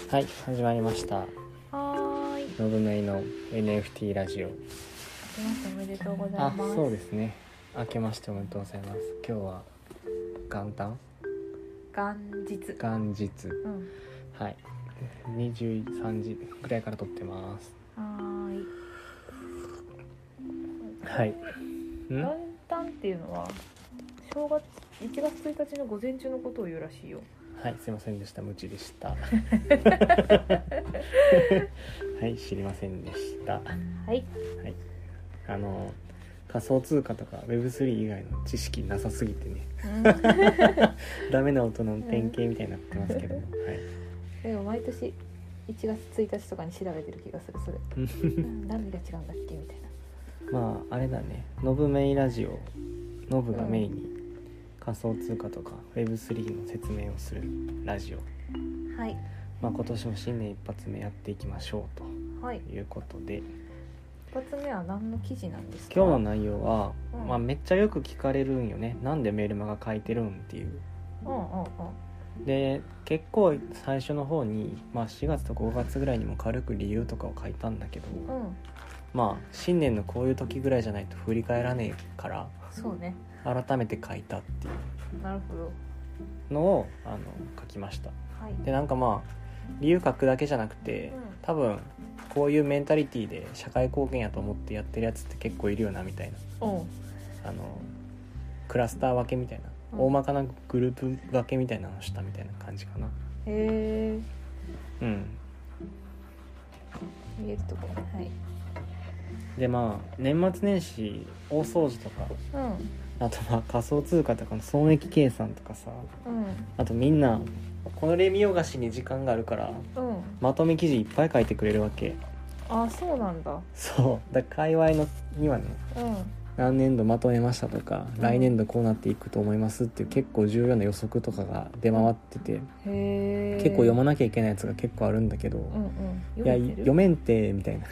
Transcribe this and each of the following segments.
はい、始まりました。 はーい。 のぶめいの NFT ラジオ。 明けましておめでとうございます。 そうですね。明けましておめでとうございます。今日は元旦？元日。はい。23時ぐらいから撮ってます。 はーい。 はい。 元旦っていうのは正月1月1日の午前中のことを言うらしいよ。 はい、すいませんでした。無知でした。はい、知りませんでした。 はい。 はい。仮想通貨とか Web3 以外の知識なさすぎてね、ダメな大人の典型みたいになってますけども、はい。 でも毎年1月1日とかに調べてる気がするそれ。何が違うんだっけみたいな。まああれだね。ノブメイラジオ、ノブがメインに仮想通貨とか Web3 の説明をするラジオ。 はい。 まあ今年も新年一発目やっていきましょうということで。 一発目は何の記事なんですか？ 今日の内容は、まあめっちゃよく聞かれるんよね。なんでメルマガ書いてるんっていう。で結構最初の方に、まあ、4月と5月ぐらいにも軽く理由とかを書いたんだけど、まあ新年のこういう時ぐらいじゃないと振り返らねえからそうね。 改めて書いたっていうなるほどのを書きました。 はい。 でなんかまあ理由書くだけじゃなくて、多分こういうメンタリティで社会貢献やと思ってやってるやつって結構いるよなみたいな、クラスター分けみたいな、大まかなグループ分けみたいなのをしたみたいな感じかな。 へー。 見えるとこはい。 でまあ年末年始大掃除とか、あとまあ仮想通貨とかの損益計算とかさ、あとみんなこれ見よがしに時間があるから、まとめ記事いっぱい書いてくれるわけ。 あ、そうなんだ。 そうだから界隈のにはね、何年度まとめましたとか、来年度こうなっていくと思いますっていう結構重要な予測とかが出回ってて、結構読まなきゃいけないやつが結構あるんだけど、いや読めんてみたいな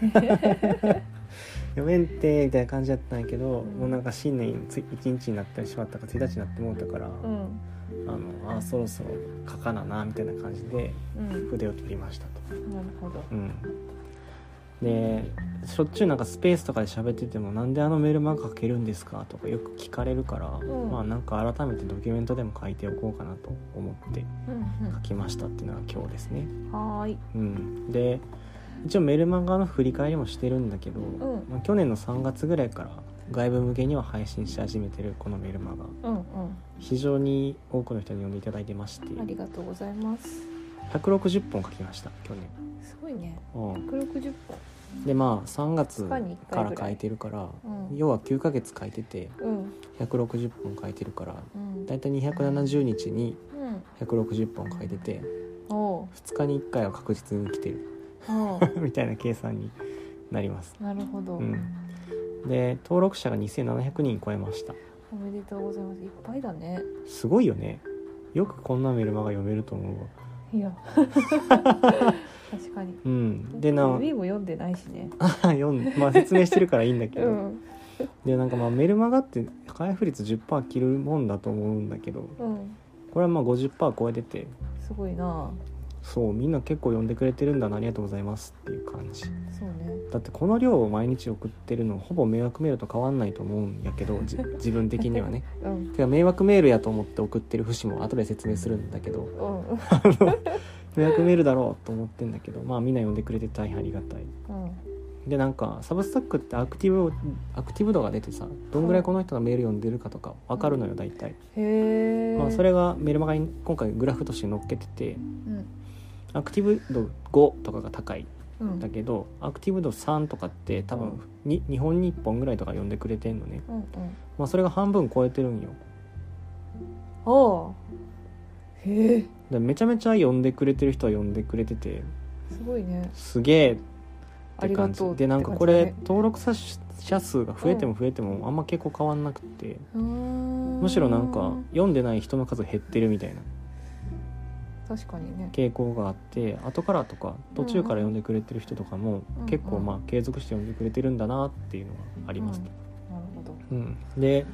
読めんてみたいな感じだったんやけど、もうなんか新年1日になってしまったか1日になってもうたから、そろそろ書かななみたいな感じで筆を取りましたと。 なるほど。 でしょっちゅうなんかスペースとかで喋ってても、なんでメルマガ書けるんですかとかよく聞かれるから、まあなんか改めてドキュメントでも書いておこうかなと思って書きましたっていうのが今日ですね。 はい。 で一応メルマガの振り返りもしてるんだけど、去年の3月ぐらいから外部向けには配信し始めてるこのメルマガ、非常に多くの人に読んでいただいてまして、 ありがとうございます。 160本書きました去年。 すごいね。160本でまあ3月から書いてるから、要は9ヶ月書いてて、160本書いてるから、だいたい270日に160本書いてて、2日に1回は確実に来てるみたいな計算になります。 なるほど。 で登録者が2700人超えました。 おめでとうございます。いっぱいだね。すごいよね。よくこんなメルマガ読めると思うわ。 いや確かに。 でな、 ウィーも読んでないしね。 読んで、まあ説明してるからいいんだけど、でなんかまあメルマガって開封率 10% 切るもんだと思うんだけど、これはまあ 50% 超えてて、 すごいな。 そうみんな結構読んでくれてるんだな、ありがとうございますっていう感じ。 そうね。 だってこの量を毎日送ってるのほぼ迷惑メールと変わんないと思うんやけど自分的にはね、てか迷惑メールやと思って送ってる節も後で説明するんだけど、迷惑メールだろうと思ってんだけど、まあみんな読んでくれて大変ありがたい。でなんかサブスタックってアクティブ度が出てさ、どんぐらいこの人がメール読んでるかとか分かるのよ大体。まあそれがメルマガに今回グラフとして載っけてて、アクティブ度5とかが高いだけど、アクティブ度3とかって多分2本に1本ぐらいとか読んでくれてんのね。まあそれが半分超えてるんよ。めちゃめちゃ読んでくれてる人は読んでくれてて、 すごいね。 すげえって感じで、なんかこれ登録者数が増えても増えてもあんま結構変わんなくて、むしろなんか読んでない人の数減ってるみたいな確かにね傾向があって、後からとか途中から読んでくれてる人とかも結構まあ継続して読んでくれてるんだなっていうのがあります。 なるほど。 で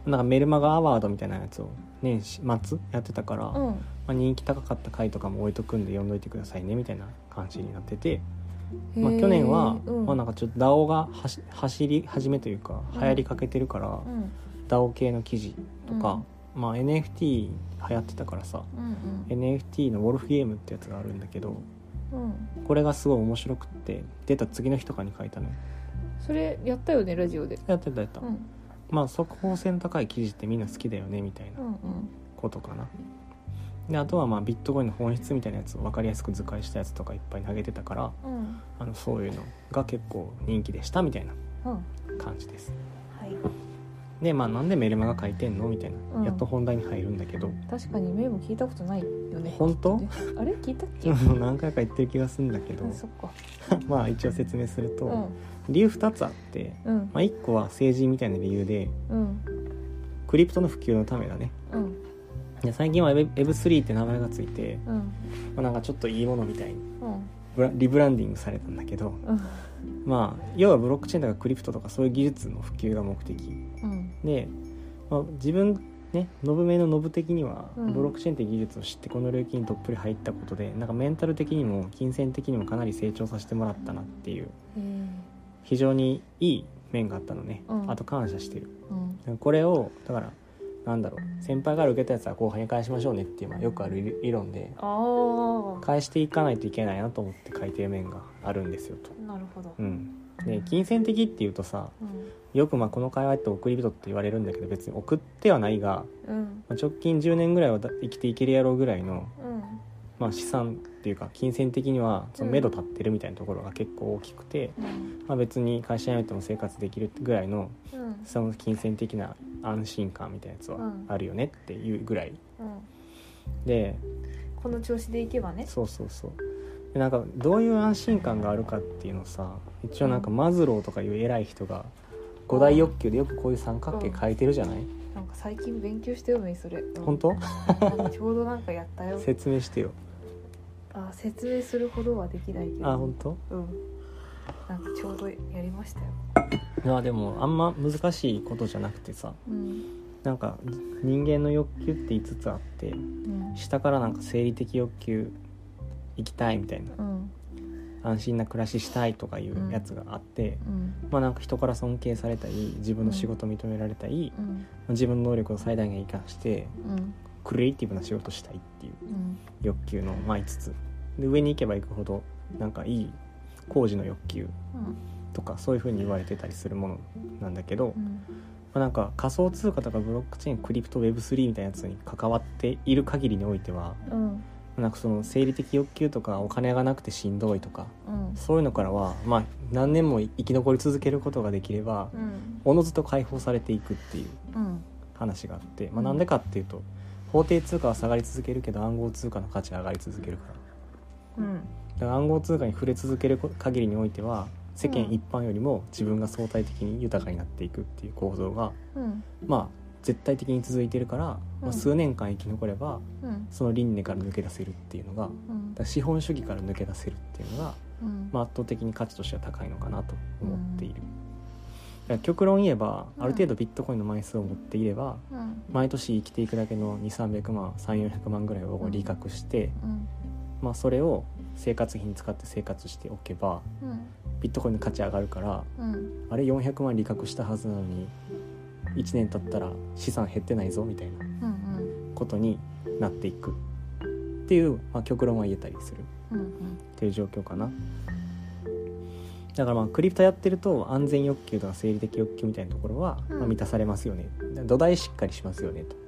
なんかメルマガアワードみたいなやつを年始末やってたから、まあ、人気高かった回とかも置いとくんで読んどいてくださいねみたいな感じになってて、まあ、去年は、まあ、なんかちょっと DAO が走り始めというか流行りかけてるから、DAO 系の記事とか、まあ、NFT 流行ってたからさ、NFT のウォルフゲームってやつがあるんだけど、これがすごい面白くって出た次の日とかに書いたのよ。 それやったよねラジオで。 やってた、まあ速報性の高い記事ってみんな好きだよねみたいなことかな。であとはまあビットコインの本質みたいなやつを分かりやすく図解したやつとかいっぱい投げてたから、そういうのが結構人気でしたみたいな感じです、はい。でまあなんでメルマガ書いてんのみたいな、やっと本題に入るんだけど、 確かにメモ聞いたことないよね。 本当？ あれ聞いたっけ？ 何回か言ってる気がするんだけどそっかまあ一応説明すると、理由2つあって、まあ、1個は政治みたいな理由で、クリプトの普及のためだね、で最近は Web3 って名前がついて、まあ、なんかちょっといいものみたいに、リブランディングされたんだけど、まあ要はブロックチェーンとかクリプトとかそういう技術の普及が目的、で、まあ、自分ねノブ名のノブ的には、ブロックチェーンって技術を知ってこの領域にどっぷり入ったことでなんかメンタル的にも金銭的にもかなり成長させてもらったなっていう、非常にいい面があったのね、あと感謝してる、これをだからなんだろう、先輩から受けたやつは後輩に返しましょうねっていう、まあ、よくある理論で、返していかないといけないなと思って書いてる面があるんですよと。 なるほど、 で金銭的っていうとさ、よくまあこの界隈って送り人って言われるんだけど、別に送ってはないが、まあ、直近10年ぐらいは生きていけるやろうぐらいの、まあ、資産っていうか金銭的にはその目処立ってるみたいなところが結構大きくて、まあ、別に会社辞めても生活できるぐらいの、その金銭的な安心感みたいなやつはあるよねっていうぐらい、でこの調子でいけばね、 そうでなんかどういう安心感があるかっていうのをさ、一応なんかマズローとかいう偉い人が五大欲求でよくこういう三角形書いてるじゃない、 なんか最近勉強してよねそれ、 本当？ ちょうどなんかやったよ。 説明してよ。 説明するほどはできないけど、 本当？ なんかちょうどやりましたよ。 いやでもあんま難しいことじゃなくてさ、なんか人間の欲求って5つあって、下からなんか生理的欲求、生きたいみたいな、安心な暮らししたいとかいうやつがあって、まあなんか人から尊敬されたり、自分の仕事を認められたり、自分の能力を最大限生かして、クリエイティブな仕事したいっていう欲求の、まあ、5つで、上に行けば行くほどなんかいい工事の欲求とかそういう風に言われてたりするものなんだけど、まあ、なんか仮想通貨とかブロックチェーン、クリプト、Web3 みたいなやつに関わっている限りにおいては、なんかその生理的欲求とかお金がなくてしんどいとか、そういうのからは、まあ、何年も生き残り続けることができれば、おのずと解放されていくっていう話があって、まあ、なんでかっていうと、法定通貨は下がり続けるけど暗号通貨の価値は上がり続けるから、だから暗号通貨に触れ続ける限りにおいては世間一般よりも自分が相対的に豊かになっていくっていう構造が、まあ絶対的に続いてるから、まあ、数年間生き残れば、その輪廻から抜け出せるっていうのが、だから資本主義から抜け出せるっていうのが、まあ、圧倒的に価値としては高いのかなと思っている。だから極論言えば、ある程度ビットコインの枚数を持っていれば、毎年生きていくだけの200-300万300-400万ぐらいを利確して、まあ、それを生活費に使って生活しておけば、ビットコインの価値上がるから、あれ400万利確したはずなのに1年経ったら資産減ってないぞみたいなことになっていくっていう、まあ、極論は言えたりするっていう状況かな。だからまあクリプトやってると安全欲求とか生理的欲求みたいなところはまあ満たされますよね、土台しっかりしますよねと。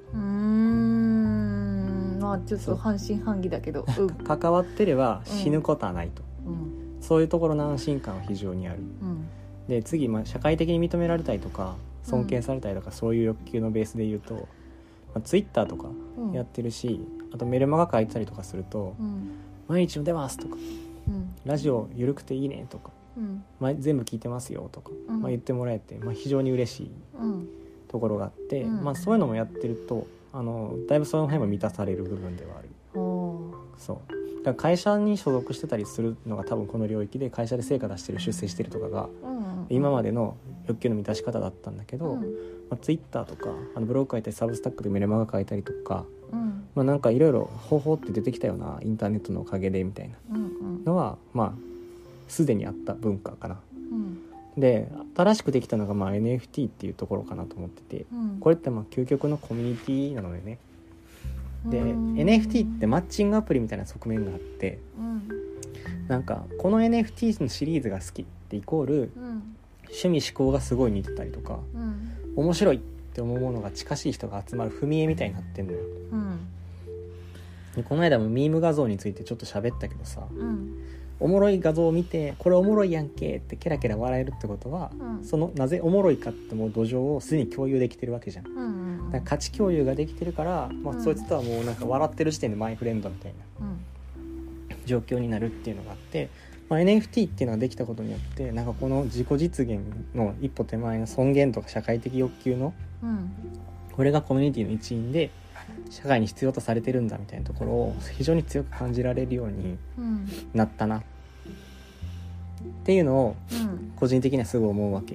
まあちょっと半信半疑だけど、 関わってれば死ぬことはないと、そういうところの安心感は非常にある、で次、まあ、社会的に認められたりとか尊敬されたりとか、そういう欲求のベースで言うと、まあ、ツイッターとかやってるし、あとメルマガ書いてたりとかすると、毎日出ますとか、ラジオゆるくていいねとか、全部聞いてますよとか、まあ、言ってもらえて、まあ、非常に嬉しいところがあって、まあ、そういうのもやってるとだいぶその辺も満たされる部分ではある。そうだから会社に所属してたりするのが多分この領域で、会社で成果出してる出世してるとかが、今までの欲求の満たし方だったんだけど、 うんツイッターとかブログ書いたりサブスタックでメルマガ書いたりとか、 うんなんかいろいろ方法って出てきたよな、インターネットのおかげでみたいなうんのはすでにあった文化かな。 うんで新しくできたのがNFT っていうところかなと思ってて、 うんこれって究極のコミュニティなのでね。で、 うん NFT ってマッチングアプリみたいな側面があって、 うんなんかこの NFT のシリーズが好きってイコールうん趣味思考がすごい似てたりとか、 うん面白いって思うものが近しい人が集まる踏み絵みたいになってんのよ。 うんでこの間もミーム画像についてちょっと喋ったけどさ、 うんおもろい画像を見てこれおもろいやんけってケラケラ笑えるってことは、 うんそのなぜおもろいかってもう土壌をすでに共有できてるわけじゃん。 うんだから価値共有ができてるから、 うんそいつとはもうなんか笑ってる時点でマイフレンドみたいなうん状況になるっていうのがあって、NFT っていうのができたことによってなんかこの自己実現の一歩手前の尊厳とか社会的欲求のうんこれがコミュニティの一員で社会に必要とされてるんだみたいなところを非常に強く感じられるようにうんなったなっていうのをうん個人的にはすごい思うわけ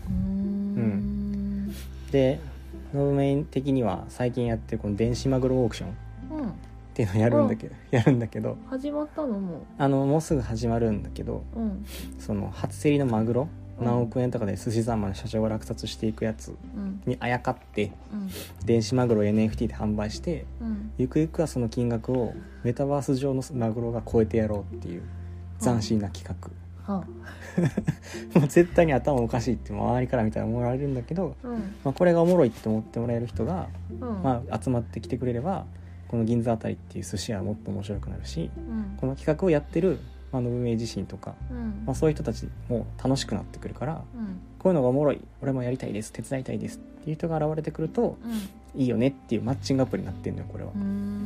うんで、ノブメイン的には最近やってるこの電子マグロオークションっうんていうのをやるんだけど始まったのももうすぐ始まるんだけど、 うんその初競りのマグロうん何億円とかで寿司三昧の社長が落札していくやつうんにあやかってうん電子マグロを NFT で販売して、 うんゆくゆくはその金額をメタバース上のマグロが超えてやろうっていう斬新な企画、 はもう絶対に頭おかしいって周りから見たら思われるんだけど、 うんこれがおもろいって思ってもらえる人が、 うん集まってきてくれればこの銀座あたりっていう寿司屋はもっと面白くなるし、 うんこの企画をやってるノブメイ自身とか、 うんそういう人たちも楽しくなってくるから、 うんこういうのがおもろい、俺もやりたいです、手伝いたいですっていう人が現れてくるといいよねっていうマッチングアプリになってんのよこれは。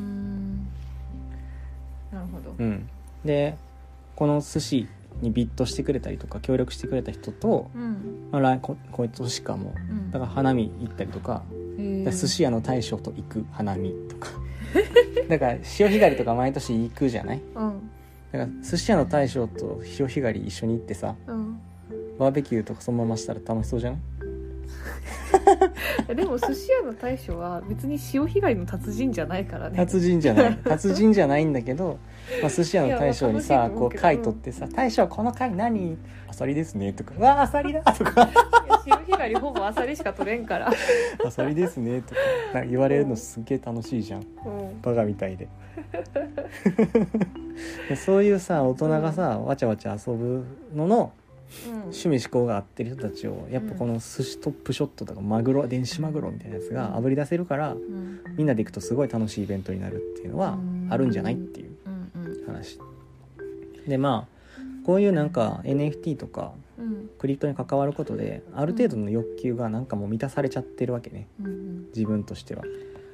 なるほどでこの寿司にビットしてくれたりとか協力してくれた人と、こいつしかもだから花見行ったりとか、寿司屋の大将と行く花見とかだから潮干狩りとか毎年行くじゃない。だから寿司屋の大将と潮干狩り一緒に行ってさ、バーベキューとかそのまましたら楽しそうじゃない。 でも寿司屋の大将は別に潮干狩りの達人じゃないからね。 達人じゃないんだけだけど、寿司屋の大将にさこう貝取ってさ、大将この貝何、アサリですねとか、わあアサリだとか潮干狩りほぼアサリしか取れんからアサリですねとかなんか言われるのすっげえ楽しいじゃん、バカみたいでそういうさ大人がさ、わちゃわちゃ遊ぶのの趣味思考が合ってる人たちをやっぱこの寿司トップショットとかマグロ、電子マグロみたいなやつがあぶり出せるから、みんなで行くとすごい楽しいイベントになるっていうのはあるんじゃないっていう話で、こういうなんか NFT とかクリプトに関わることである程度の欲求がなんかもう満たされちゃってるわけね、自分としては。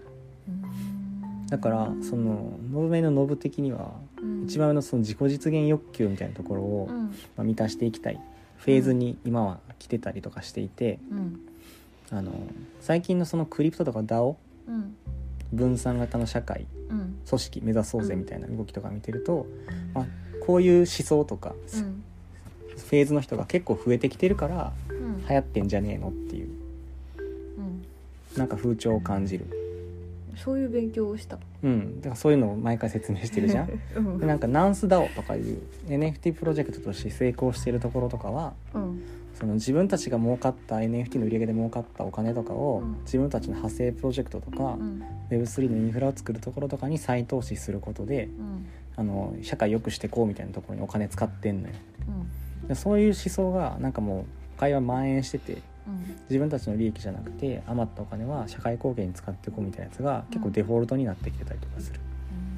だからそのノブメイのノブ的には一番上のその自己実現欲求みたいなところを満たしていきたいフェーズに今は来てたりとかしていて、最近のそのクリプトとか DAO、分散型の社会、組織目指そうぜみたいな動きとか見てると、こういう思想とか、フェーズの人が結構増えてきてるから流行ってんじゃねえのっていう、なんか風潮を感じる。 そういう勉強をした。 だからそういうのを毎回説明してるじゃん、でなんかナンス DAO とかいう NFT プロジェクトとして成功してるところとかは、その自分たちが儲かった NFT の売り上げで儲かったお金とかを、自分たちの派生プロジェクトとか、Web3 のインフラを作るところとかに再投資することで、社会良くしていこうみたいなところにお金使ってんのよ、でそういう思想がなんかもう会話蔓延してて、自分たちの利益じゃなくて余ったお金は社会貢献に使っていこうみたいなやつが結構デフォルトになってきてたりとかする、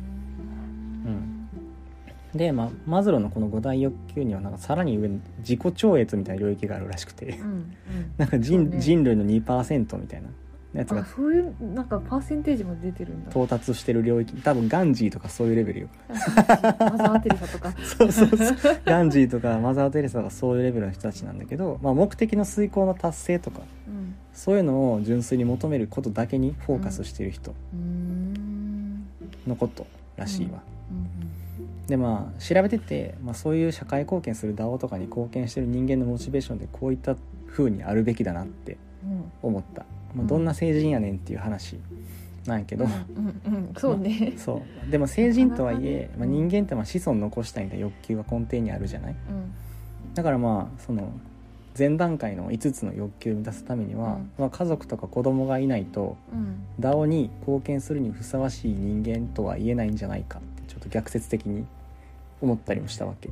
で、マズローのこの5大欲求にはなんかさらに上に自己超越みたいな領域があるらしくて、なんか人類の 2% みたいなやつがそういうなんかパーセンテージも出てるんだ。 到達してる領域、多分ガンジーとかそういうレベルよマザー・テレサとかそうガンジーとかマザー・テレサがそういうレベルの人たちなんだけど、目的の遂行の達成とか、そういうのを純粋に求めることだけにフォーカスしてる人のことらしいわ、で調べてて、そういう社会貢献する DAO とかに貢献してる人間のモチベーションでこういった風にあるべきだなって思った、まあ、どんな成人やねんっていう話なんやけど、 そうね、 そうでも成人とはいえ、まあ、人間ってまあ子孫残したいみたいな欲求が根底にあるじゃない、だからまあその前段階の5つの欲求を満たすためには、まあ、家族とか子供がいないと、DAO に貢献するにふさわしい人間とは言えないんじゃないかってちょっと逆説的に思ったりもしたわけ。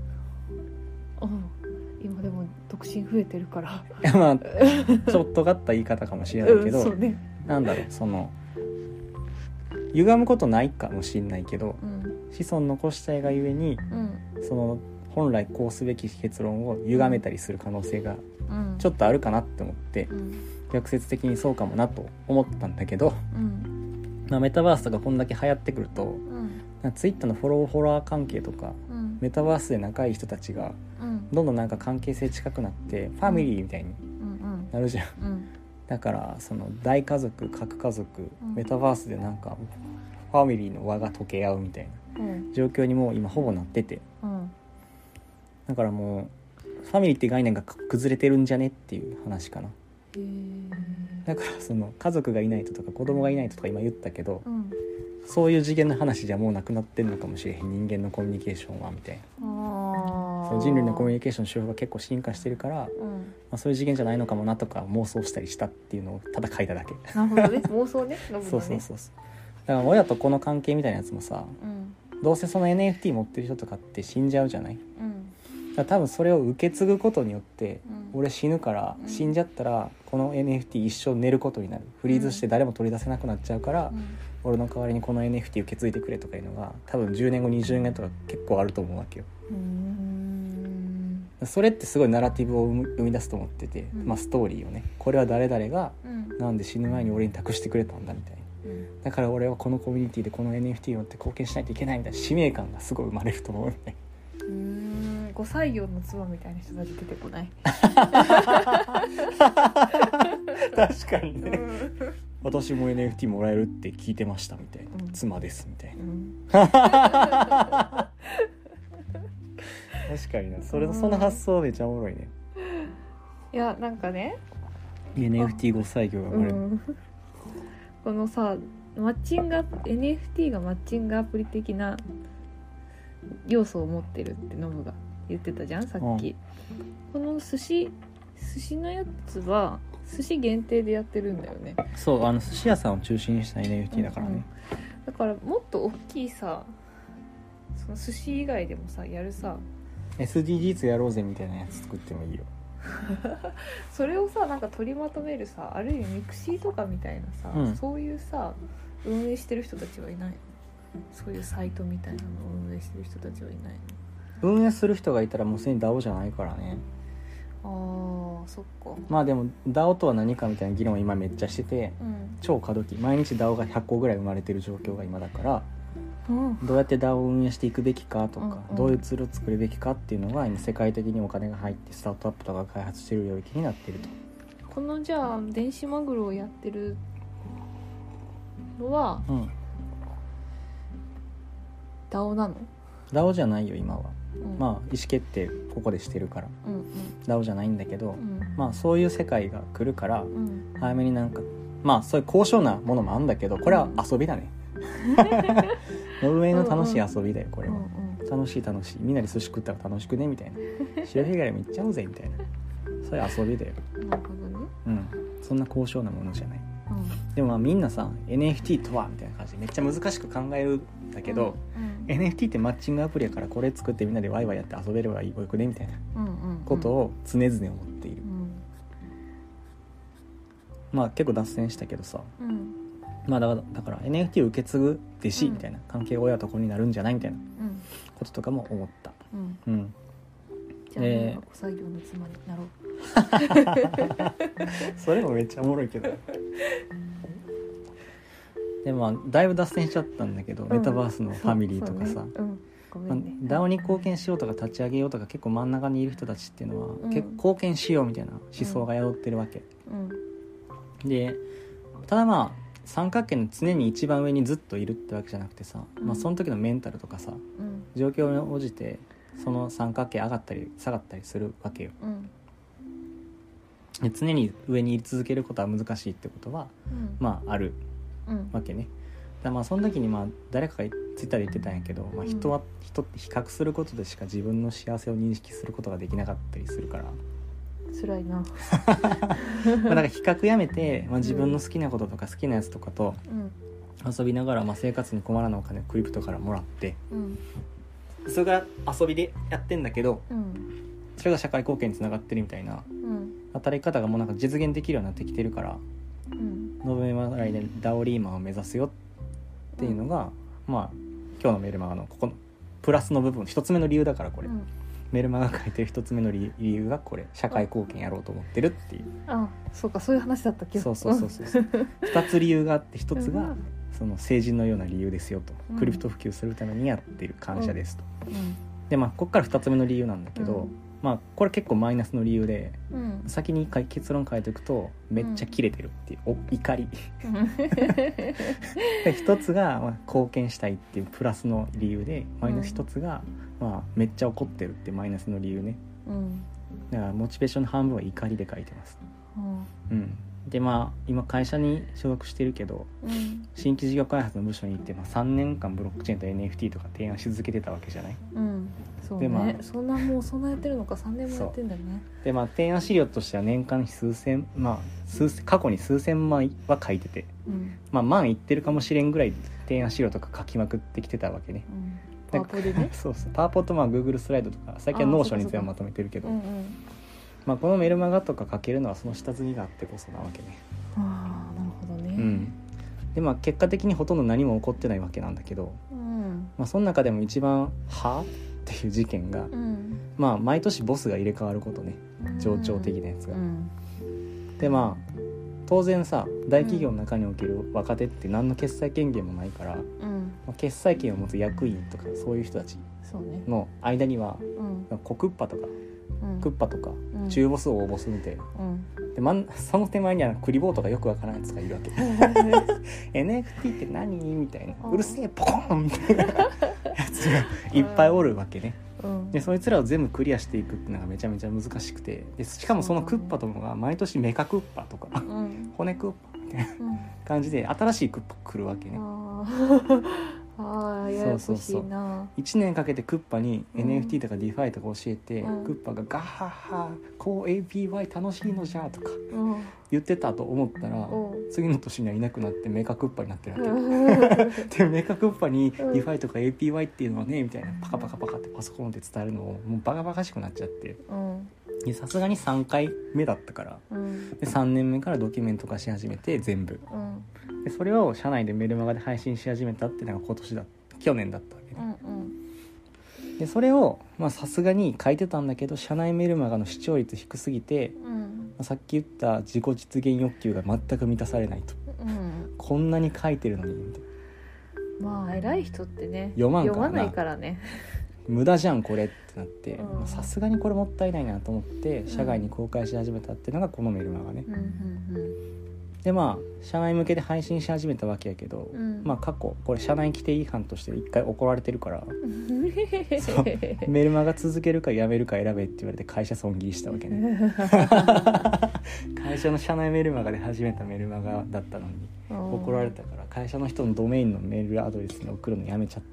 今でも独身増えてるからいやまあちょっとがった言い方かもしれないけど、 そうね、 なんだろうその歪むことないかもしれないけど、子孫残したいがゆえに、その本来こうすべき結論を歪めたりする可能性がちょっとあるかなって思って、逆説的にそうかもなと思ったんだけど、まあ、メタバースとかこんだけ流行ってくると、ツイッターのフォロワー関係とか、メタバースで仲いい人たちがどんどんなんか関係性近くなってファミリーみたいになるじゃん、だからその大家族核家族、メタバースでなんかファミリーの輪が溶け合うみたいな状況にもう今ほぼなってて、だからもうファミリーって概念が崩れてるんじゃねっていう話かな。だからその家族がいないととか子供がいないととか今言ったけど、そういう次元の話じゃもうなくなってんのかもしれへん、人間のコミュニケーションはみたいな。その人類のコミュニケーションの手法が結構進化してるから、まあ、そういう次元じゃないのかもなとか妄想したりしたっていうのをただ書いただけ。 なるほどね、妄想ね。 そうだから親と子の関係みたいなやつもさ、どうせその NFT 持ってる人とかって死んじゃうじゃない、だから多分それを受け継ぐことによって、俺死ぬから、死んじゃったらこの NFT 一生寝ることになる、フリーズして誰も取り出せなくなっちゃうから、俺の代わりにこの NFT 受け継いでくれとかいうのが多分10年後20年後とか結構あると思うわけよ。それってすごいナラティブを生み出すと思ってて、まあ、ストーリーをね、これは誰々がなんで死ぬ前に俺に託してくれたんだみたいな、だから俺はこのコミュニティでこの NFT を持って貢献しないといけないみたいな使命感がすごい生まれると思うね。 5歳業の妻みたいな人たち出てこない確かにね、私も NFT もらえるって聞いてましたみたいな、妻ですみたいな、確かにな、その発想めちゃおもろいね。 いやなんかね NFT5 歳業が生まれる、 このさマッチングNFT がマッチングアプリ的な要素を持ってるってノブが言ってたじゃんさっき、この寿司のやつは寿司限定でやってるんだよね。 そう、寿司屋さんを中心にした NFT だからね、 だからもっと大きいさ、その寿司以外でもさやるさ SDGs やろうぜみたいなやつ作ってもいいよそれをさなんか取りまとめるさ、ある意味ミクシーとかみたいなさ、そういうさ運営してる人たちはいないの？そういうサイトみたいなのを運営してる人たちはいないの？ 運営する人がいたらもうすでに DAO じゃないからね。 あーそっか。 まあでも DAO とは何かみたいな議論を今めっちゃしてて、超過渡期、毎日 DAO が100個ぐらい生まれてる状況が今だから、どうやって DAO を運営していくべきかとか、どういうツールを作るべきかっていうのが今世界的にお金が入ってスタートアップとかが開発している領域になっていると。 このじゃあ電子マグロをやってるのは、DAO なの？ DAO じゃないよ今は、まあ意思決定ここでしてるから、DAO じゃないんだけど、まあそういう世界が来るから、早めになんかまあそういう高尚なものもあるんだけど、これは遊びだねノルウェーの楽しい遊びだよこれは、楽しいみんなで寿司食ったら楽しくねみたいな、潮干狩りも行っちゃおうぜみたいな、そういう遊びだよ。 なるほどね。 そんな高尚なものじゃない、でもまあみんなさ NFT とはみたいな感じでめっちゃ難しく考えるんだけど、NFT ってマッチングアプリやからこれ作ってみんなでワイワイやって遊べればいいよくねみたいなことを常々思っている、まあ結構脱線したけどさ、まあだから NFT を受け継ぐ弟子みたいな、関係が親と子になるんじゃないみたいなこととかも思った。 じゃあ5歳業の妻になろうそれもめっちゃおもろいけどでもまあだいぶ脱線しちゃったんだけど、メタバースのファミリーとかさ、DAO に貢献しようとか立ち上げようとか結構真ん中にいる人たちっていうのは、結構貢献しようみたいな思想が宿ってるわけ、でただまあ三角形の常に一番上にずっといるってわけじゃなくてさ、まあ、その時のメンタルとかさ、状況に応じてその三角形上がったり下がったりするわけよ、 で常に上に居続けることは難しいってことは、まああるわけね。だまあその時にまあ誰かがツイッターで言ってたんやけど、まあ、人って比較することでしか自分の幸せを認識することができなかったりするから辛いなまあだから比較やめて、まあ、自分の好きなこととか好きなやつとかと遊びながら、まあ、生活に困らないお金をクリプトからもらって、それが遊びでやってんだけど、それが社会貢献につながってるみたいな、働き方がもうなんか実現できるようになってきてるから、ノブメは来年ダオリーマンを目指すよっていうのが、まあ今日のメルマガのここのプラスの部分一つ目の理由だからこれ、メルマガが書いてる一つ目の理由がこれ、社会貢献やろうと思ってるっていう。 あ、そうか、そういう話だったっけ。 そう二つ理由があって、一つがその成人のような理由ですよと、クリプト普及するためにやっている感謝ですと、でまあここから二つ目の理由なんだけど、まあこれ結構マイナスの理由で、先に結論書いておくとめっちゃキレてるっていう、怒りで一つが、まあ、貢献したいっていうプラスの理由で、マイナス一つが、まあ、めっちゃ怒ってるっていうマイナスの理由ね、だからモチベーションの半分は怒りで書いてます、でまあ今会社に所属してるけど、新規事業開発の部署に行って、まあ、3年間ブロックチェーンと NFT とか提案し続けてたわけじゃない、 そうね、でまあ、そんなやってるのか、3年もやってんだよね。 でまあ提案資料としては年間数千、まあ過去に数千万は書いてて、まあ万いってるかもしれんぐらい提案資料とか書きまくってきてたわけね、 パワポでねそうパワポとまあ Google スライドとか最近はノーションに全部まとめてるけど、まあ、このメルマガとか書けるのはその下積みがあってこそなわけね。 ああ、なるほどね。 でまあ結果的にほとんど何も起こってないわけなんだけど、まあ、その中でも一番っていう事件が、まあ毎年ボスが入れ替わることね、冗長的なやつが、でまあ当然さ、大企業の中における若手って何の決裁権限もないから、まあ、決裁権を持つ役員とかそういう人たちの間には、コクッパとかクッパとか、中ボス大ボスみたいな、でその手前にはクリボーとかよくわからないやつがいるわけNFT って何みたいな、うるせえポコンみたいなやつがいっぱいおるわけね、でそいつらを全部クリアしていくっていうのがめちゃめちゃ難しくて、でしかもそのクッパとかが毎年メカクッパとか、骨クッパみたいな感じで新しいクッパ来るわけね。ややこしいな。1年かけてクッパに NFT とか DeFi とか教えて、クッパがガッハッハこう APY 楽しいのじゃとか言ってたと思ったら、次の年にはいなくなってメカクッパになってるわけでメカクッパに DeFi とか APY っていうのはねみたいな、パカパカパカってパソコンで伝えるのをもうバカバカしくなっちゃって、さすがに3回目だったから、で3年目からドキュメント化し始めて全部、でそれを社内でメルマガで配信し始めたっていうのが去年だったわけね、でそれをさすがに書いてたんだけど、社内メルマガの視聴率低すぎて、さっき言った自己実現欲求が全く満たされないと、こんなに書いてるのにみたいな、 まあ偉い人ってね読まないからね無駄じゃんこれってなって、さすがにこれもったいないなと思って社外に公開し始めたっていうのがこのメルマガね、でまあ社内向けで配信し始めたわけやけど、まあ過去これ社内規定違反として1回怒られてるからそうメルマガ続けるかやめるか選べって言われて会社損切りしたわけね会社の社内メルマガで始めたメルマガだったのに怒られたから、会社の人のドメインのメールアドレスに送るのやめちゃって、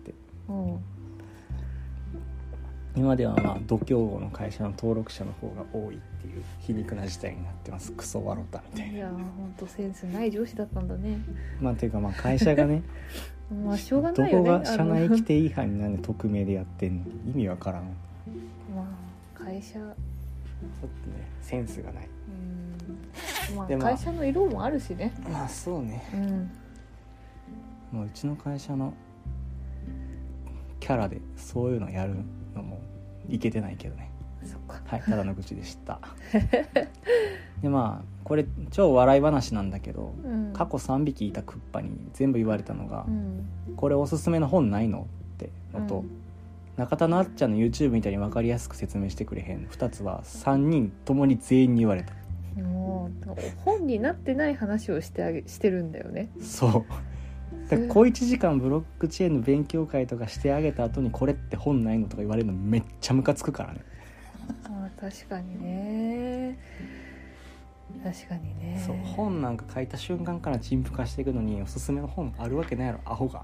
今ではまあ度胸の会社の登録者の方が多いっていう皮肉な事態になってます。クソワロタみたいな。 いや本当センスない上司だったんだね。 まあていうかまあ会社がねまあしょうがないよね。 どこが社内規定違反になんで匿名でやってんの意味わからん。 まあ会社ちょっとねセンスがない。 まあ会社の色もあるしね。 まあそうね。まあうちの会社のキャラでそういうのやるのもいけてないけどね。 そっか。 はい、ただの愚痴でしたでまあこれ超笑い話なんだけど、過去3匹いたクッパに全部言われたのが、これおすすめの本ないのってのと、中田のあっちゃんの YouTube みたいに分かりやすく説明してくれへん2つは3人ともに全員に言われた。 もう本になってない話をしてるんだよね。 そうだから小1時間ブロックチェーンの勉強会とかしてあげた後にこれって本ないのとか言われるのめっちゃムカつくからね。 確かにね。 確かにね。 そう本なんか書いた瞬間から陳腐化していくのにおすすめの本あるわけないやろアホが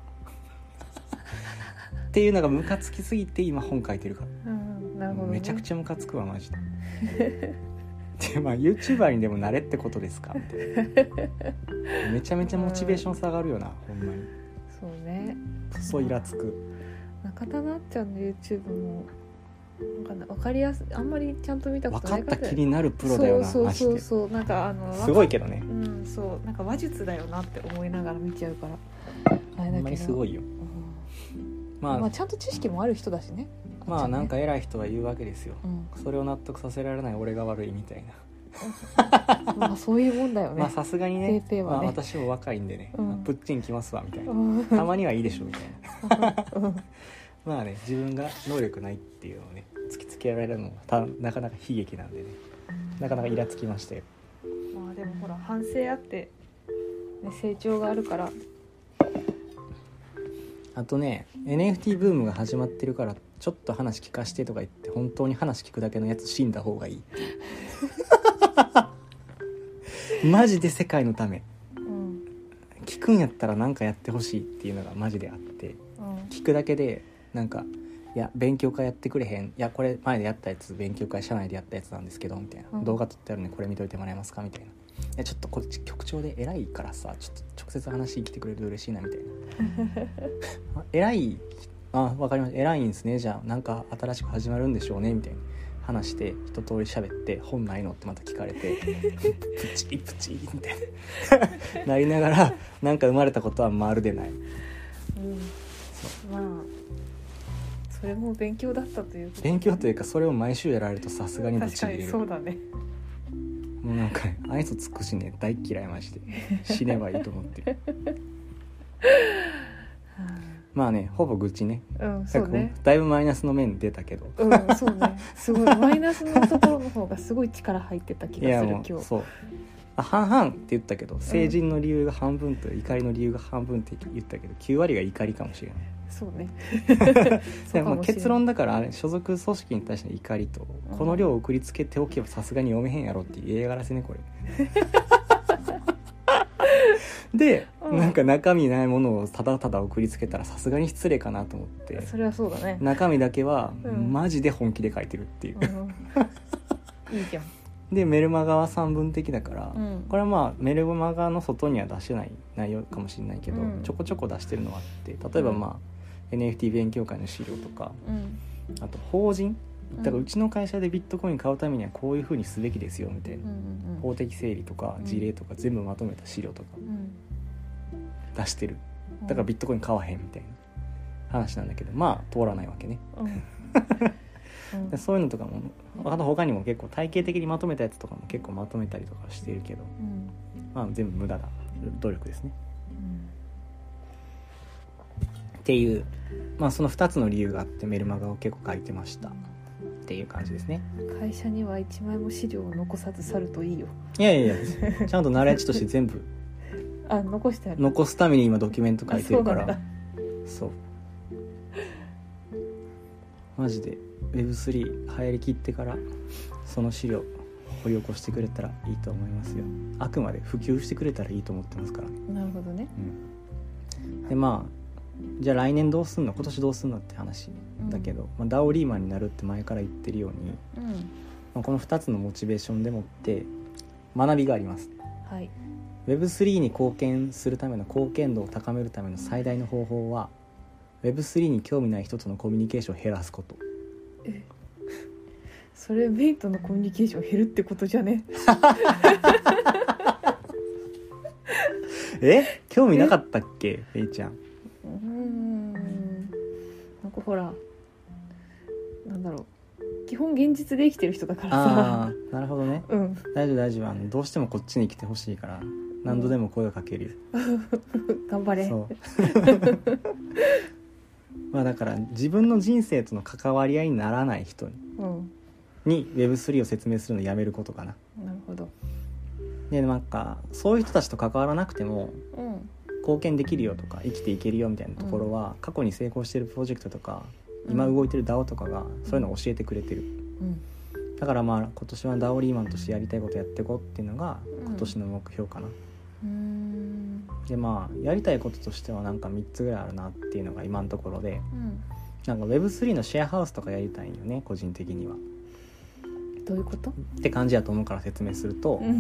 っていうのがムカつきすぎて今本書いてるから、 なるほどね、 めちゃくちゃムカつくわマジででまあ YouTuber にでもなれってことですかみたいなめちゃめちゃモチベーション下がるよな、ほんまに。 そうね、 クソイラつく。 中田なっちゃんの YouTube もなんか分かりやすい、あんまりちゃんと見たことない分かった気になるプロだよな、 そうマジで。 そうなんかすごいけどね、 そうなんか話術だよなって思いながら見ちゃうからあれだけど、 ほんまにすごいよ、 まあちゃんと知識もある人だしね。 まあなんか偉い人は言うわけですよ、それを納得させられない俺が悪いみたいなまあそういうもんだよね。 まあさすがにね、 まあ、 私も若いんでね、プッチンきますわみたいな、たまにはいいでしょみたいなまあね、自分が能力ないっていうのをね突きつけられるのもなかなか悲劇なんでね、なかなかイラつきましたよ。 まあでもほら反省あって、ね、成長があるから。 あとね NFT ブームが始まってるからちょっと話聞かしてとか言って本当に話聞くだけのやつ死んだ方がいいマジで世界のため、聞くんやったら何かやってほしいっていうのがマジであって、聞くだけでなんかいや勉強会やってくれへん、いやこれ前でやったやつ勉強会社内でやったやつなんですけどみたいな、動画撮ってあるんでこれ見といてもらえますかみたいな、いやちょっとこっち局長で偉いからさちょっと直接話来てくれると嬉しいなみたいな偉い、わかりました、偉いんですね、じゃあなんか新しく始まるんでしょうねみたいな話して一通り喋って本ないのってまた聞かれてプチプチみたいななりながらなんか生まれたことはまるでない、 まあそれも勉強だったという勉強というかそれを毎週やられるとさすがにブチ切れる。 確かにそうだね。 もうなんか愛想つくしね、大嫌いマジで死ねばいいと思ってるまあねほぼ愚痴ね、 そうね、 だいぶマイナスの面出たけど、 そうね、すごいマイナスのところの方がすごい力入ってた気がする。今日そう半々って言ったけど、成人の理由が半分と怒りの理由が半分って言ったけど9割が怒りかもしれない。 そうねでも結論だからあれ所属組織に対しての怒りと、この量を送りつけておけばさすがに読めへんやろっていう嫌がらせねこれで、なんか中身ないものをただただ送りつけたらさすがに失礼かなと思って、 それはそうだね、 中身だけはマジで本気で書いてるっていう、 いいじゃん。 でメルマガは散文的だから、これはまあメルマガの外には出してない内容かもしれないけど、ちょこちょこ出してるのはあって、例えばまあ、NFT 勉強会の資料とか、あと法人だからうちの会社でビットコイン買うためにはこういう風にすべきですよみたいな、法的整理とか事例とか全部まとめた資料とか出してる。だからビットコイン買わへんみたいな話なんだけど、まあ通らないわけね、でそういうのとかもあと他にも結構体系的にまとめたやつとかも結構まとめたりとかしてるけど、まあ全部無駄な努力ですね、っていう、まあその2つの理由があってメルマガを結構書いてましたっていう感じですね。 会社には1枚も資料を残さず去るといいよ。 いやいやいやちゃんとナレッジとして全部残してある。 残すために今ドキュメント書いてるから。そうマジで Web3 流行りきってからその資料掘り起こしてくれたらいいと思いますよ。あくまで普及してくれたらいいと思ってますからね。 なるほどね、 でまあじゃあ来年どうすんの今年どうすんのって話だけど、DAO リーマンになるって前から言ってるように、この2つのモチベーションでもって学びがあります、Web3 に貢献するための貢献度を高めるための最大の方法は Web3 に興味ない人とのコミュニケーションを減らすこと。 それメイとのコミュニケーション減るってことじゃね興味なかったっけレイちゃん。 なんかほらなんだろう、基本現実で生きてる人だからさ。 なるほどね、大丈夫どうしてもこっちに来てほしいから何度でも声をかけるよ、 頑張れ。 そうまあだから自分の人生との関わり合いにならない人に Web3 を説明するのやめることかな。 なるほど。 でなんかそういう人たちと関わらなくても貢献できるよとか生きていけるよみたいなところは、過去に成功してるプロジェクトとか、今動いてる DAO とかがそういうのを教えてくれてる、 だからまあ今年はダオリーマンとしてやりたいことやっていこうっていうのが今年の目標かな。でまあやりたいこととしてはなんか3つぐらいあるなっていうのが今のところで、なんか Web3 のシェアハウスとかやりたいんよね、個人的には。 どういうことって感じやと思うから説明すると、思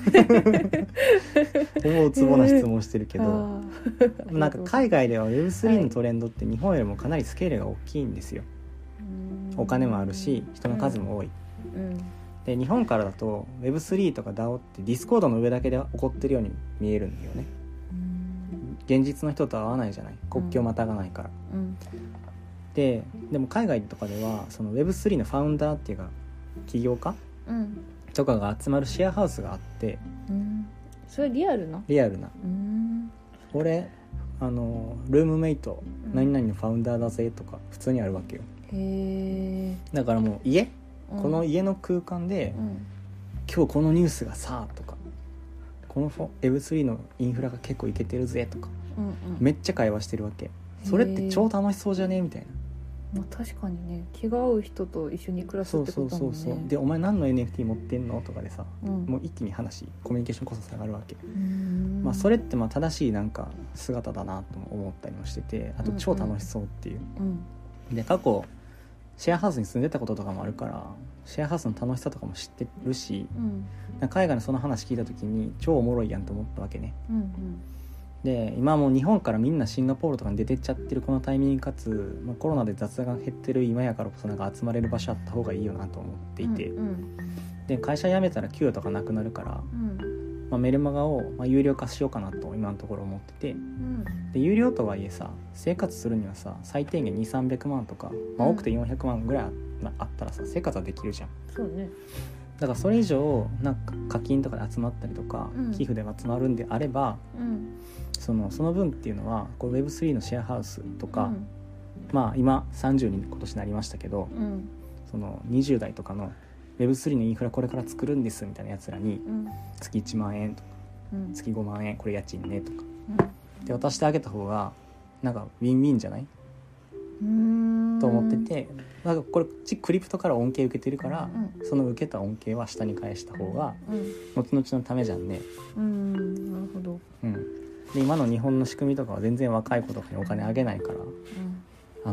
うツボな質問してるけどなんか海外では Web3 のトレンドって日本よりもかなりスケールが大きいんですよ。お金もあるし人の数も多い、で日本からだと Web3 とか DAO ってディスコードの上だけで起こってるように見えるんだよね。現実の人とは合わないじゃない、国境またがないから、でも海外とかではその Web3 のファウンダーっていうか起業家、とかが集まるシェアハウスがあって、 それリアルな俺ルームメイト、何々のファウンダーだぜとか普通にあるわけよ。だからもうこの家の空間で、今日このニュースがさとか、この Web3 のインフラが結構いけてるぜとか、めっちゃ会話してるわけ。それって超楽しそうじゃねみたいな。 まあ、確かにね、気が合う人と一緒に暮らすってことだもんね。 そうでお前何の NFT 持ってんのとかでさ、もう一気にコミュニケーションこそ下がるわけ。まあ、それってまあ正しいなんか姿だなと思ったりもしてて、あと超楽しそうっていう、で過去シェアハウスに住んでたこととかもあるからシェアハウスの楽しさとかも知ってるし、なんか海外のその話聞いた時に超おもろいやんと思ったわけね。で今もう日本からみんなシンガポールとかに出てっちゃってるこのタイミングかつ、コロナで雑談が減ってる今やからこそなんか集まれる場所あった方がいいよなと思っていて、で会社辞めたら給与とかなくなるから、メルマガを有料化しようかなと今のところ思ってて、で有料とはいえさ生活するにはさ最低限 2,300 万とか、多くて400万ぐらいあったらさ生活はできるじゃん。 そうね。 だからそれ以上なんか課金とかで集まったりとか、寄付で集まるんであれば、その分っていうのはこう Web3 のシェアハウスとか、今30に今年なりましたけど、その20代とかの Web3 のインフラこれから作るんですみたいなやつらに、月1万円とか、月5万円これ家賃ねとか、で渡してあげた方がなんかウィンウィンじゃないと思ってて、なんかこれクリプトから恩恵受けてるから、その受けた恩恵は下に返した方が後々のためじゃんね。 なるほど。 で今の日本の仕組みとかは全然若い子とかにお金あげないから、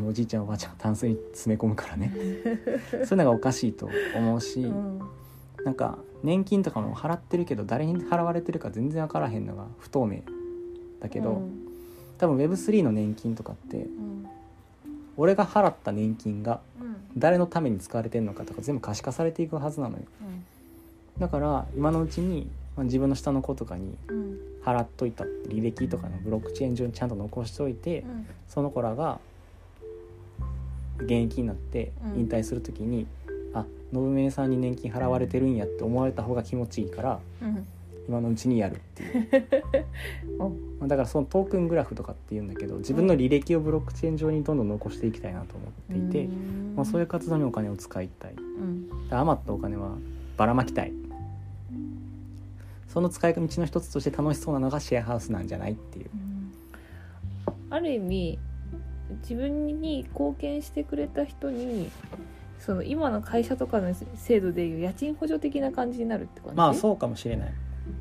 おじいちゃんおばあちゃんタンスに詰め込むからねそういうのがおかしいと思うし、なんか年金とかも払ってるけど誰に払われてるか全然分からへんのが不透明だけど、多分 Web3 の年金とかって、俺が払った年金が誰のために使われてるのかとか全部可視化されていくはずなのよ。だから今のうちに、自分の下の子とかに払っといた履歴とかのブロックチェーン上にちゃんと残しておいて、その子らが現役になって引退するときに、信明さんに年金払われてるんやって思われた方が気持ちいいから、今のうちにやるっていうだからそのトークングラフとかっていうんだけど、自分の履歴をブロックチェーン上にどんどん残していきたいなと思っていて、そういう活動にお金を使いたい、余ったお金はばらまきたい。その使い道の一つとして楽しそうなのがシェアハウスなんじゃないっていう、 ある意味自分に貢献してくれた人にその今の会社とかの制度でいう家賃補助的な感じになるって感じ。 そうかもしれない。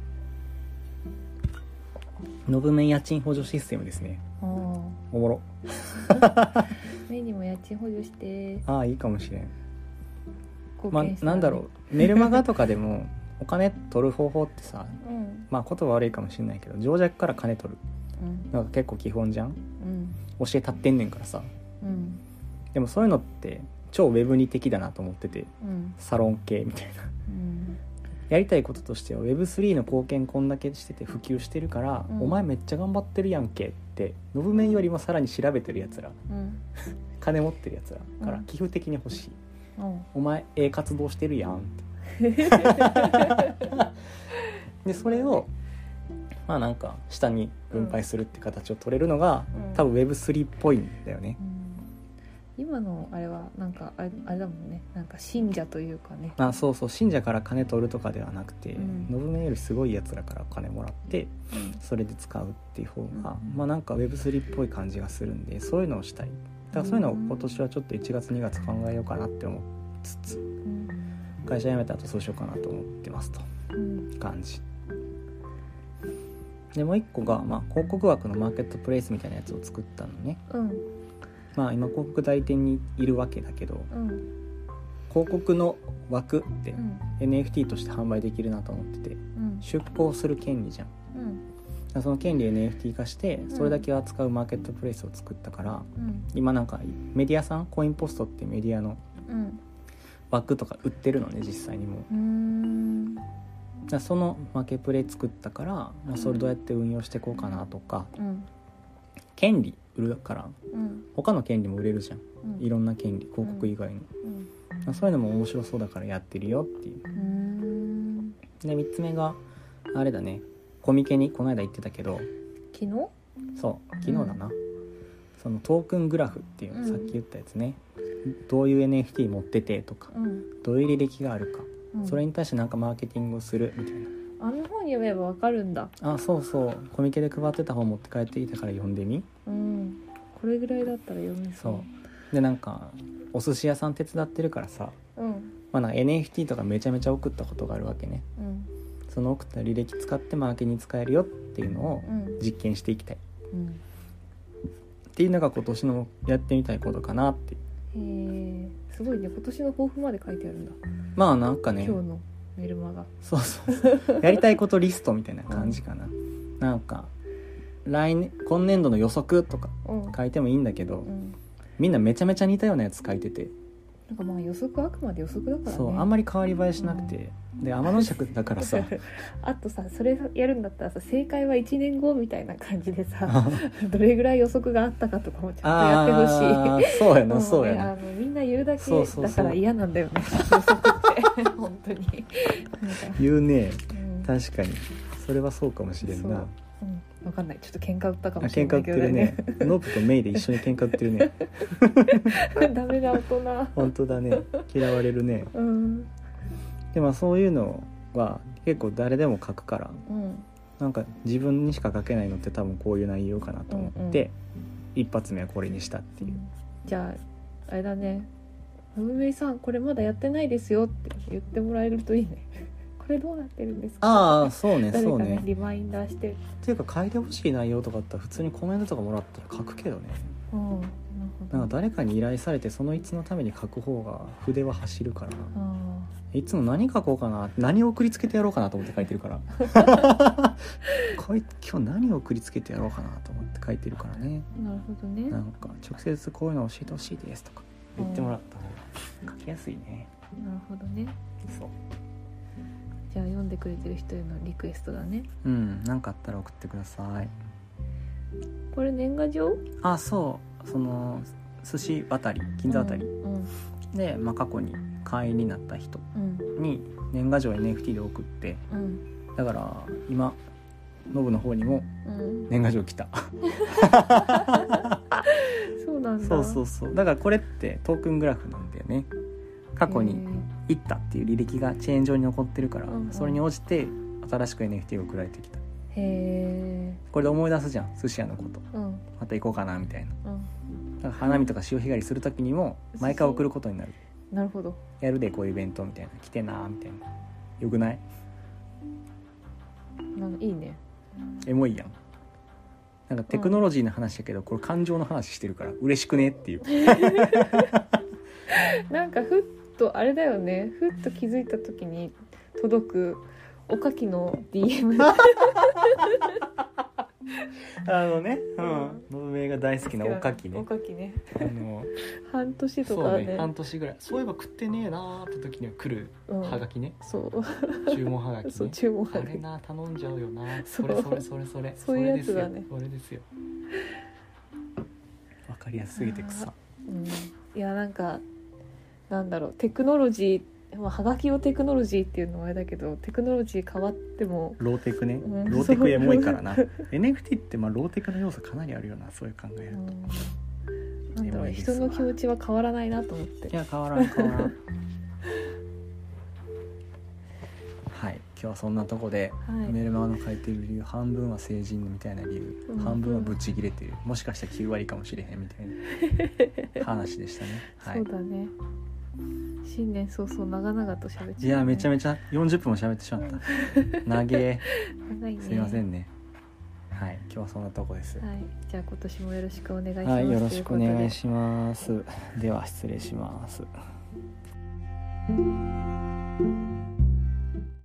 ノブメン家賃補助システムですね。おもろメにも家賃補助していいかもしれん。なんだろう、メルマガとかでもお金取る方法ってさ、言葉悪いかもしれないけど情弱から金取るのが結構基本じゃん、教えたってんねんからさ、でもそういうのって超ウェブに的だなと思ってて、サロン系みたいな、やりたいこととしては Web3 の貢献こんだけしてて普及してるから、お前めっちゃ頑張ってるやんけってノブメンよりもさらに調べてるやつら、金持ってるやつらから寄付的に欲しい、お前活動してるやんってでそれをなんか下に分配するって形を取れるのが、多分 Web3 っぽいんだよね。 今のあれはなんかあれだもんね、なんか信者というかね、 そう信者から金取るとかではなくて、ノブメンよりすごいやつらからお金もらって、それで使うっていう方が、なんか Web3 っぽい感じがするんで、そういうのをしたい。だからそういうのを今年はちょっと1月2月考えようかなって思いつつ、 会社辞めた後そうしようかなと思ってますと感じで、もう一個が、広告枠のマーケットプレイスみたいなやつを作ったのね、今広告代理店にいるわけだけど、広告の枠って NFT として販売できるなと思ってて、出稿する権利じゃん、その権利 NFT 化してそれだけ扱うマーケットプレイスを作ったから、今なんかメディアさん、コインポストってメディアの枠とか売ってるのね、実際にも。そのマーケプレイ作ったから、それどうやって運用していこうかなとか、権利売るから、他の権利も売れるじゃん、いろんな権利、広告以外の、そういうのも面白そうだからやってるよっていう。で3つ目があれだね、コミケにこの間言ってたけど、 昨日昨日だな、そのトークングラフっていう、さっき言ったやつね、どういう NFT 持っててとか、どういう履歴があるか、それに対してなんかマーケティングをするみたいな。 あの本読めばわかるんだ。 そうコミケで配ってた本持って帰ってきたから読んでみ。 これぐらいだったら読めそう。 でなんかお寿司屋さん手伝ってるからさ、なんか NFT とかめちゃめちゃ送ったことがあるわけね、その送った履歴使ってマーケに使えるよっていうのを実験していきたい、っていうのが今年のやってみたいことかなっていう。 すごいね、今年の抱負まで書いてあるんだ。 なんかね、 今日のメルマガ、 そうやりたいことリストみたいな感じかな、なんか今年度の予測とか書いてもいいんだけど、みんなめちゃめちゃ似たようなやつ書いてて、 なんか予測、あくまで予測だからね。 あんまり変わり映えしなくて、で天の尺だからさあとさ、それやるんだったらさ、正解は1年後みたいな感じでさどれぐらい予測があったかとかもちゃんとやってほしい。 そうやな、そうやな、 みんな言うだけだから嫌なんだよね、予測って本当に言うね、確かにそれはそうかもしれんな。 分かんない、ちょっと喧嘩売ったかもしれないけどね。喧嘩売ってるね。ノブとメイで一緒に喧嘩売ってるねダメだ、大人。 本当だね、嫌われるね、でそういうのは結構誰でも書くから、なんか自分にしか書けないのって多分こういう内容かなと思って、一発目はこれにしたっていう。 じゃああれだね、ノブメイさんこれまだやってないですよって言ってもらえるといいね。これどうなってるんですか。 そうね、そうね。 リマインダーして。 っていうか書いてほしい内容とかあったら普通にコメントとかもらったら書くけどね。なんか誰かに依頼されてその一のために書く方が筆は走るから。いつも何書こうかな、何を送りつけてやろうかなと思って書いてるから今日何を送りつけてやろうかなと思って書いてるからね。 なるほどね。 なんか直接こういうの教えてほしいですとか言ってもらった方が書きやすいね。 なるほどね。 そうじゃあ読んでくれてる人へのリクエストだね。 なんかあったら送ってください。 これ年賀状？ その寿司渡り、銀座渡り、で、過去に会員になった人に年賀状 NFT で送って、だから今ノブの方にも年賀状来た、 そうなんだ。 そうだからこれってトークングラフなんだよね。過去に行ったっていう履歴がチェーン上に残ってるから、それに応じて新しく NFT が送られてきた。これで思い出すじゃん、寿司屋のこと、また行こうかなみたいな、だから花見とか潮干狩りするときにも毎回送ることになる。 なるほど。 やるでこういうイベントみたいな、来てなみたいな。よくない？ なんかいいね。 エモいやん。なんかテクノロジーの話だけど、これ感情の話してるから嬉しくねっていうなんかふっとあれだよね、ふっと気づいた時に届くおかきの DM ノブメイが大好きなおかきね。 おかきね。 半年とかね。 半年ぐらい。そういえば食ってねえなーって時には来るはがきね。注文はがきね。 注文はがき。 あれな、頼んじゃうよな。それ。 そういうやつだね。 それですよ。わかりやすすぎて草。 いやなんかなんだろう、テクノロジー、はがきをテクノロジーっていうのはあれだけど、テクノロジー変わってもローテクね、ローテクエモいからなNFT ってローテクの要素かなりあるよな、そういう考えると。なんだろう、人の気持ちは変わらないなと思って。 いや変わらんはい、今日はそんなとこで、メルマガの書いてる理由半分は成人みたいな理由、半分はブチギレてる、もしかしたら9割かもしれへんみたいな話でしたね。 そうだね。 新年早々長々と喋っちゃった、ね、 いやめちゃめちゃ40分も喋ってしまった長え長いね。 すいませんね。はい、今日はそんなとこです。 はい、じゃあ今年もよろしくお願いします。 はい、よろしくお願いします。では失礼します。